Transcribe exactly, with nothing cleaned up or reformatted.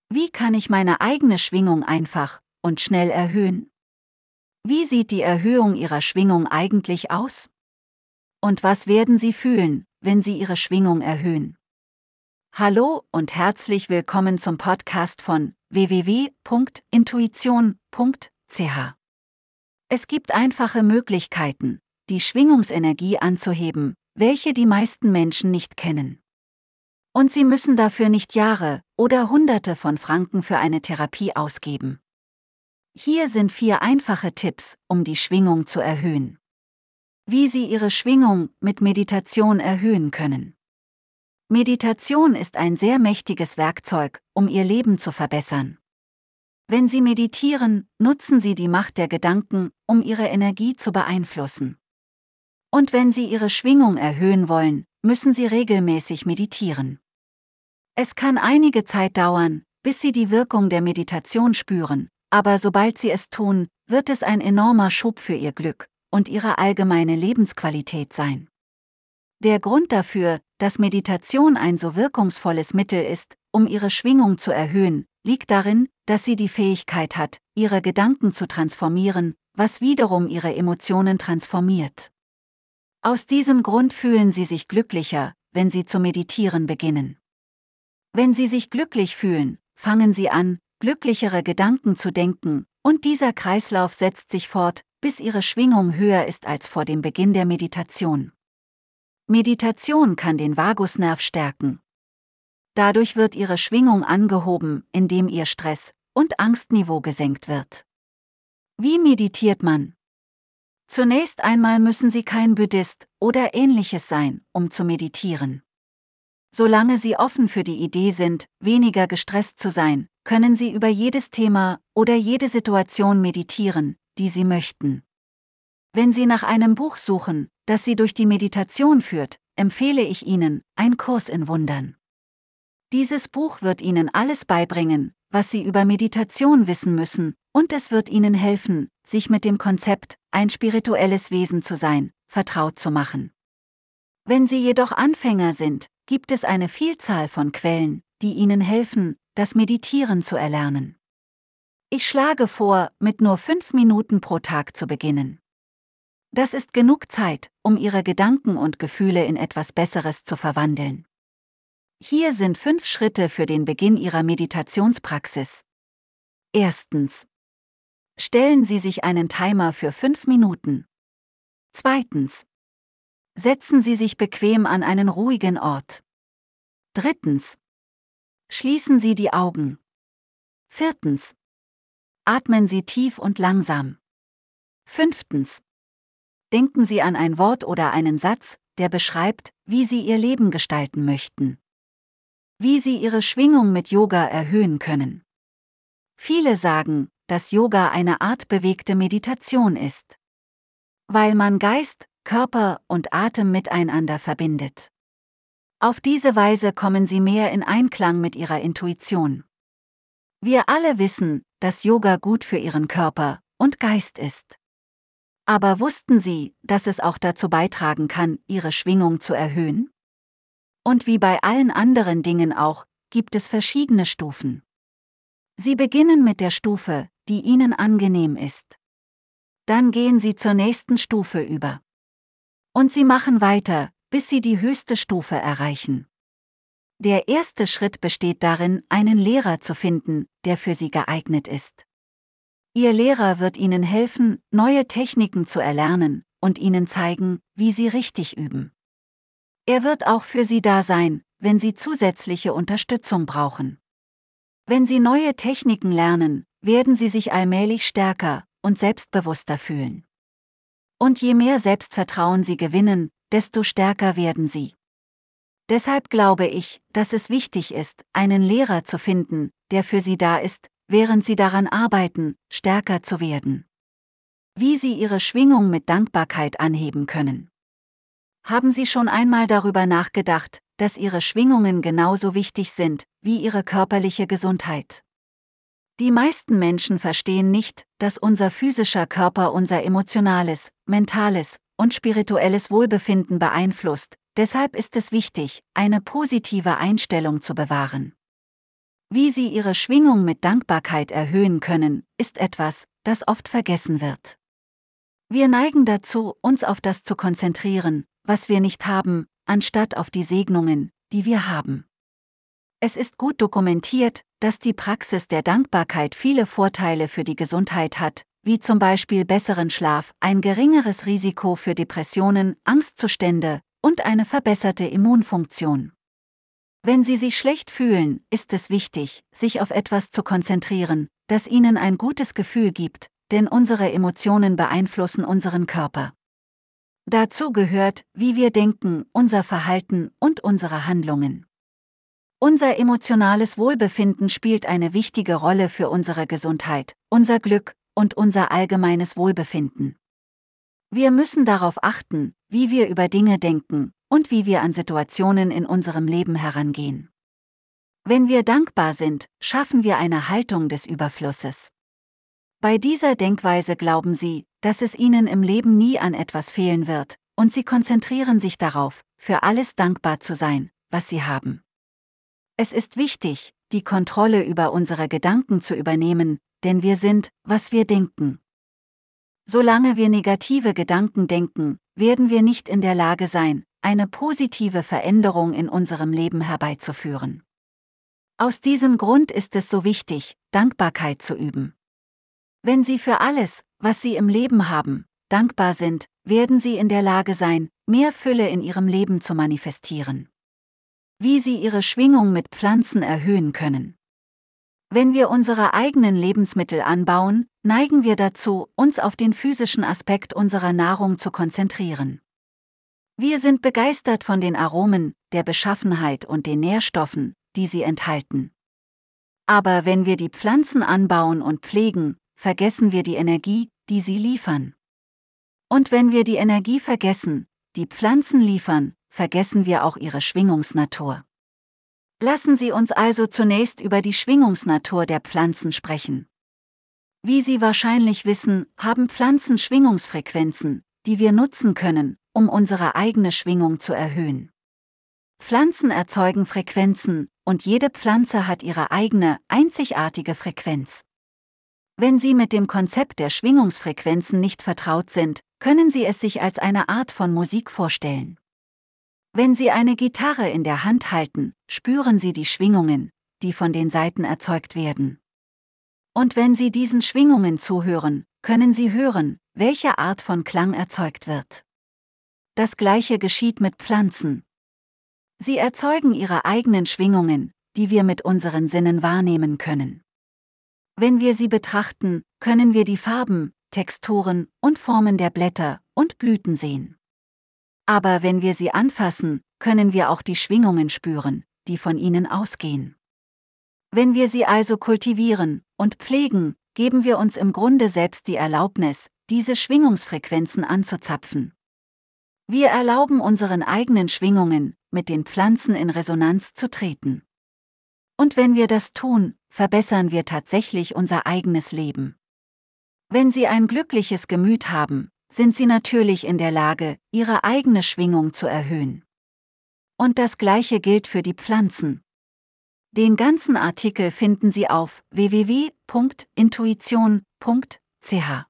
Wie kann ich meine eigene Schwingung einfach und schnell erhöhen? Wie sieht die Erhöhung Ihrer Schwingung eigentlich aus? Und was werden Sie fühlen, wenn Sie Ihre Schwingung erhöhen? Hallo und herzlich willkommen zum Podcast von w w w punkt intuition punkt c h. Es gibt einfache Möglichkeiten, die Schwingungsenergie anzuheben, welche die meisten Menschen nicht kennen. Und Sie müssen dafür nicht Jahre oder Hunderte von Franken für eine Therapie ausgeben. Hier sind vier einfache Tipps, um die Schwingung zu erhöhen. Wie Sie Ihre Schwingung mit Meditation erhöhen können. Meditation ist ein sehr mächtiges Werkzeug, um Ihr Leben zu verbessern. Wenn Sie meditieren, nutzen Sie die Macht der Gedanken, um Ihre Energie zu beeinflussen. Und wenn Sie Ihre Schwingung erhöhen wollen, müssen Sie regelmäßig meditieren. Es kann einige Zeit dauern, bis Sie die Wirkung der Meditation spüren, aber sobald Sie es tun, wird es ein enormer Schub für Ihr Glück und Ihre allgemeine Lebensqualität sein. Der Grund dafür, dass Meditation ein so wirkungsvolles Mittel ist, um Ihre Schwingung zu erhöhen, liegt darin, dass sie die Fähigkeit hat, Ihre Gedanken zu transformieren, was wiederum Ihre Emotionen transformiert. Aus diesem Grund fühlen Sie sich glücklicher, wenn Sie zu meditieren beginnen. Wenn Sie sich glücklich fühlen, fangen Sie an, glücklichere Gedanken zu denken, und dieser Kreislauf setzt sich fort, bis Ihre Schwingung höher ist als vor dem Beginn der Meditation. Meditation kann den Vagusnerv stärken. Dadurch wird Ihre Schwingung angehoben, indem Ihr Stress- und Angstniveau gesenkt wird. Wie meditiert man? Zunächst einmal müssen Sie kein Buddhist oder ähnliches sein, um zu meditieren. Solange Sie offen für die Idee sind, weniger gestresst zu sein, können Sie über jedes Thema oder jede Situation meditieren, die Sie möchten. Wenn Sie nach einem Buch suchen, das Sie durch die Meditation führt, empfehle ich Ihnen Ein Kurs in Wundern. Dieses Buch wird Ihnen alles beibringen, was Sie über Meditation wissen müssen, und es wird Ihnen helfen, sich mit dem Konzept, ein spirituelles Wesen zu sein, vertraut zu machen. Wenn Sie jedoch Anfänger sind, gibt es eine Vielzahl von Quellen, die Ihnen helfen, das Meditieren zu erlernen. Ich schlage vor, mit nur fünf Minuten pro Tag zu beginnen. Das ist genug Zeit, um Ihre Gedanken und Gefühle in etwas Besseres zu verwandeln. Hier sind fünf Schritte für den Beginn Ihrer Meditationspraxis. Erstens. Stellen Sie sich einen Timer für fünf Minuten. Zweitens. Setzen Sie sich bequem an einen ruhigen Ort. Drittens. Schließen Sie die Augen. Viertens. Atmen Sie tief und langsam. Fünftens. Denken Sie an ein Wort oder einen Satz, der beschreibt, wie Sie Ihr Leben gestalten möchten. Wie Sie Ihre Schwingung mit Yoga erhöhen können. Viele sagen, dass Yoga eine Art bewegte Meditation ist. Weil man Geist, Körper und Atem miteinander verbindet. Auf diese Weise kommen Sie mehr in Einklang mit Ihrer Intuition. Wir alle wissen, dass Yoga gut für Ihren Körper und Geist ist. Aber wussten Sie, dass es auch dazu beitragen kann, Ihre Schwingung zu erhöhen? Und wie bei allen anderen Dingen auch, gibt es verschiedene Stufen. Sie beginnen mit der Stufe, die Ihnen angenehm ist. Dann gehen Sie zur nächsten Stufe über. Und Sie machen weiter, bis Sie die höchste Stufe erreichen. Der erste Schritt besteht darin, einen Lehrer zu finden, der für Sie geeignet ist. Ihr Lehrer wird Ihnen helfen, neue Techniken zu erlernen und Ihnen zeigen, wie Sie richtig üben. Er wird auch für Sie da sein, wenn Sie zusätzliche Unterstützung brauchen. Wenn Sie neue Techniken lernen, werden Sie sich allmählich stärker und selbstbewusster fühlen. Und je mehr Selbstvertrauen Sie gewinnen, desto stärker werden Sie. Deshalb glaube ich, dass es wichtig ist, einen Lehrer zu finden, der für Sie da ist, während Sie daran arbeiten, stärker zu werden. Wie Sie Ihre Schwingung mit Dankbarkeit anheben können. Haben Sie schon einmal darüber nachgedacht, dass Ihre Schwingungen genauso wichtig sind wie Ihre körperliche Gesundheit? Die meisten Menschen verstehen nicht, dass unser physischer Körper unser emotionales, mentales und spirituelles Wohlbefinden beeinflusst, deshalb ist es wichtig, eine positive Einstellung zu bewahren. Wie Sie Ihre Schwingung mit Dankbarkeit erhöhen können, ist etwas, das oft vergessen wird. Wir neigen dazu, uns auf das zu konzentrieren, was wir nicht haben, anstatt auf die Segnungen, die wir haben. Es ist gut dokumentiert, dass die Praxis der Dankbarkeit viele Vorteile für die Gesundheit hat, wie zum Beispiel besseren Schlaf, ein geringeres Risiko für Depressionen, Angstzustände und eine verbesserte Immunfunktion. Wenn Sie sich schlecht fühlen, ist es wichtig, sich auf etwas zu konzentrieren, das Ihnen ein gutes Gefühl gibt, denn unsere Emotionen beeinflussen unseren Körper. Dazu gehört, wie wir denken, unser Verhalten und unsere Handlungen. Unser emotionales Wohlbefinden spielt eine wichtige Rolle für unsere Gesundheit, unser Glück und unser allgemeines Wohlbefinden. Wir müssen darauf achten, wie wir über Dinge denken und wie wir an Situationen in unserem Leben herangehen. Wenn wir dankbar sind, schaffen wir eine Haltung des Überflusses. Bei dieser Denkweise glauben Sie, dass es Ihnen im Leben nie an etwas fehlen wird, und Sie konzentrieren sich darauf, für alles dankbar zu sein, was Sie haben. Es ist wichtig, die Kontrolle über unsere Gedanken zu übernehmen, denn wir sind, was wir denken. Solange wir negative Gedanken denken, werden wir nicht in der Lage sein, eine positive Veränderung in unserem Leben herbeizuführen. Aus diesem Grund ist es so wichtig, Dankbarkeit zu üben. Wenn Sie für alles, was Sie im Leben haben, dankbar sind, werden Sie in der Lage sein, mehr Fülle in Ihrem Leben zu manifestieren. Wie Sie Ihre Schwingung mit Pflanzen erhöhen können. Wenn wir unsere eigenen Lebensmittel anbauen, neigen wir dazu, uns auf den physischen Aspekt unserer Nahrung zu konzentrieren. Wir sind begeistert von den Aromen, der Beschaffenheit und den Nährstoffen, die sie enthalten. Aber wenn wir die Pflanzen anbauen und pflegen, vergessen wir die Energie, die sie liefern. Und wenn wir die Energie vergessen, die Pflanzen liefern, vergessen wir auch ihre Schwingungsnatur. Lassen Sie uns also zunächst über die Schwingungsnatur der Pflanzen sprechen. Wie Sie wahrscheinlich wissen, haben Pflanzen Schwingungsfrequenzen, die wir nutzen können, um unsere eigene Schwingung zu erhöhen. Pflanzen erzeugen Frequenzen, und jede Pflanze hat ihre eigene, einzigartige Frequenz. Wenn Sie mit dem Konzept der Schwingungsfrequenzen nicht vertraut sind, können Sie es sich als eine Art von Musik vorstellen. Wenn Sie eine Gitarre in der Hand halten, spüren Sie die Schwingungen, die von den Saiten erzeugt werden. Und wenn Sie diesen Schwingungen zuhören, können Sie hören, welche Art von Klang erzeugt wird. Das Gleiche geschieht mit Pflanzen. Sie erzeugen ihre eigenen Schwingungen, die wir mit unseren Sinnen wahrnehmen können. Wenn wir sie betrachten, können wir die Farben, Texturen und Formen der Blätter und Blüten sehen. Aber wenn wir sie anfassen, können wir auch die Schwingungen spüren, die von ihnen ausgehen. Wenn wir sie also kultivieren und pflegen, geben wir uns im Grunde selbst die Erlaubnis, diese Schwingungsfrequenzen anzuzapfen. Wir erlauben unseren eigenen Schwingungen, mit den Pflanzen in Resonanz zu treten. Und wenn wir das tun, verbessern wir tatsächlich unser eigenes Leben. Wenn Sie ein glückliches Gemüt haben, sind Sie natürlich in der Lage, Ihre eigene Schwingung zu erhöhen. Und das Gleiche gilt für die Pflanzen. Den ganzen Artikel finden Sie auf w w w punkt intuition punkt c h.